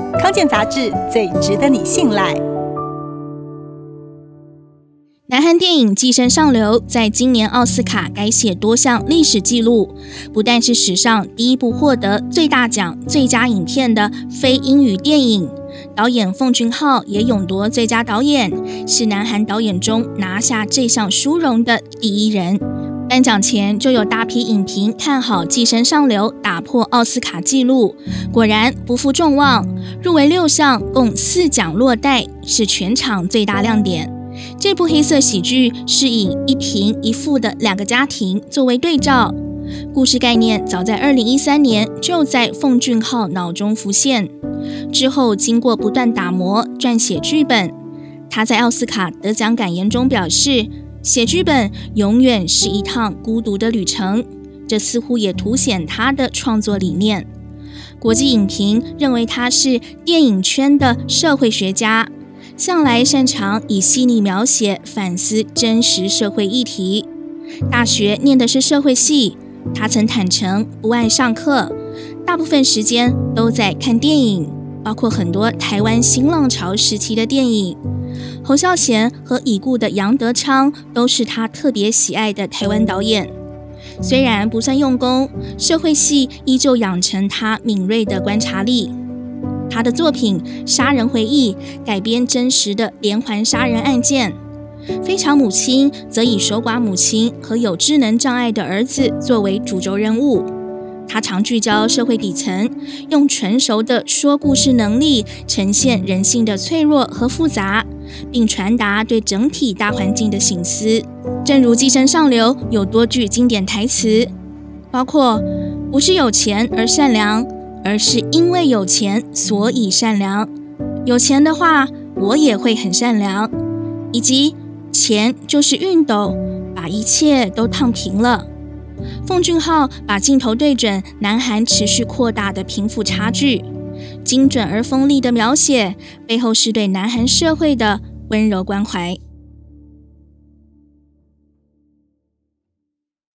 康健杂志最值得你信赖。 南韩电影《寄生上流》在今年奥斯卡改写多项历史纪录，不但是史上第一部获得最大奖最佳影片的非英语电影，导演奉俊昊也勇夺最佳导演，是南韩导演中拿下这项殊荣的第一人。颁奖前就有大批影评看好《寄生上流》打破奥斯卡纪录，果然不负众望，入围6项，共4奖落袋，是全场最大亮点。这部黑色喜剧是以一贫一富的2个家庭作为对照，故事概念早在2013年就在奉俊昊脑中浮现，之后经过不断打磨撰写剧本。他在奥斯卡得奖感言中表示，写剧本永远是一趟孤独的旅程，这似乎也凸显他的创作理念。国际影评认为他是电影圈的社会学家，向来擅长以细腻描写反思真实社会议题。大学念的是社会系，他曾坦诚不爱上课，大部分时间都在看电影，包括很多台湾新浪潮时期的电影。侯孝贤和已故的杨德昌都是他特别喜爱的台湾导演。虽然不算用功，社会系依旧养成他敏锐的观察力。他的作品《杀人回忆》改编真实的连环杀人案件，《非常母亲》则以守寡母亲和有智能障碍的儿子作为主轴人物。他常聚焦社会底层，用纯熟的说故事能力呈现人性的脆弱和复杂，并传达对整体大环境的省思。正如《寄生上流》有多句经典台词，包括不是有钱而善良，而是因为有钱所以善良，有钱的话我也会很善良，以及钱就是熨斗，把一切都烫平了。奉俊昊把镜头对准南韩持续扩大的贫富差距，精准而锋利的描写背后是对南韩社会的温柔关怀。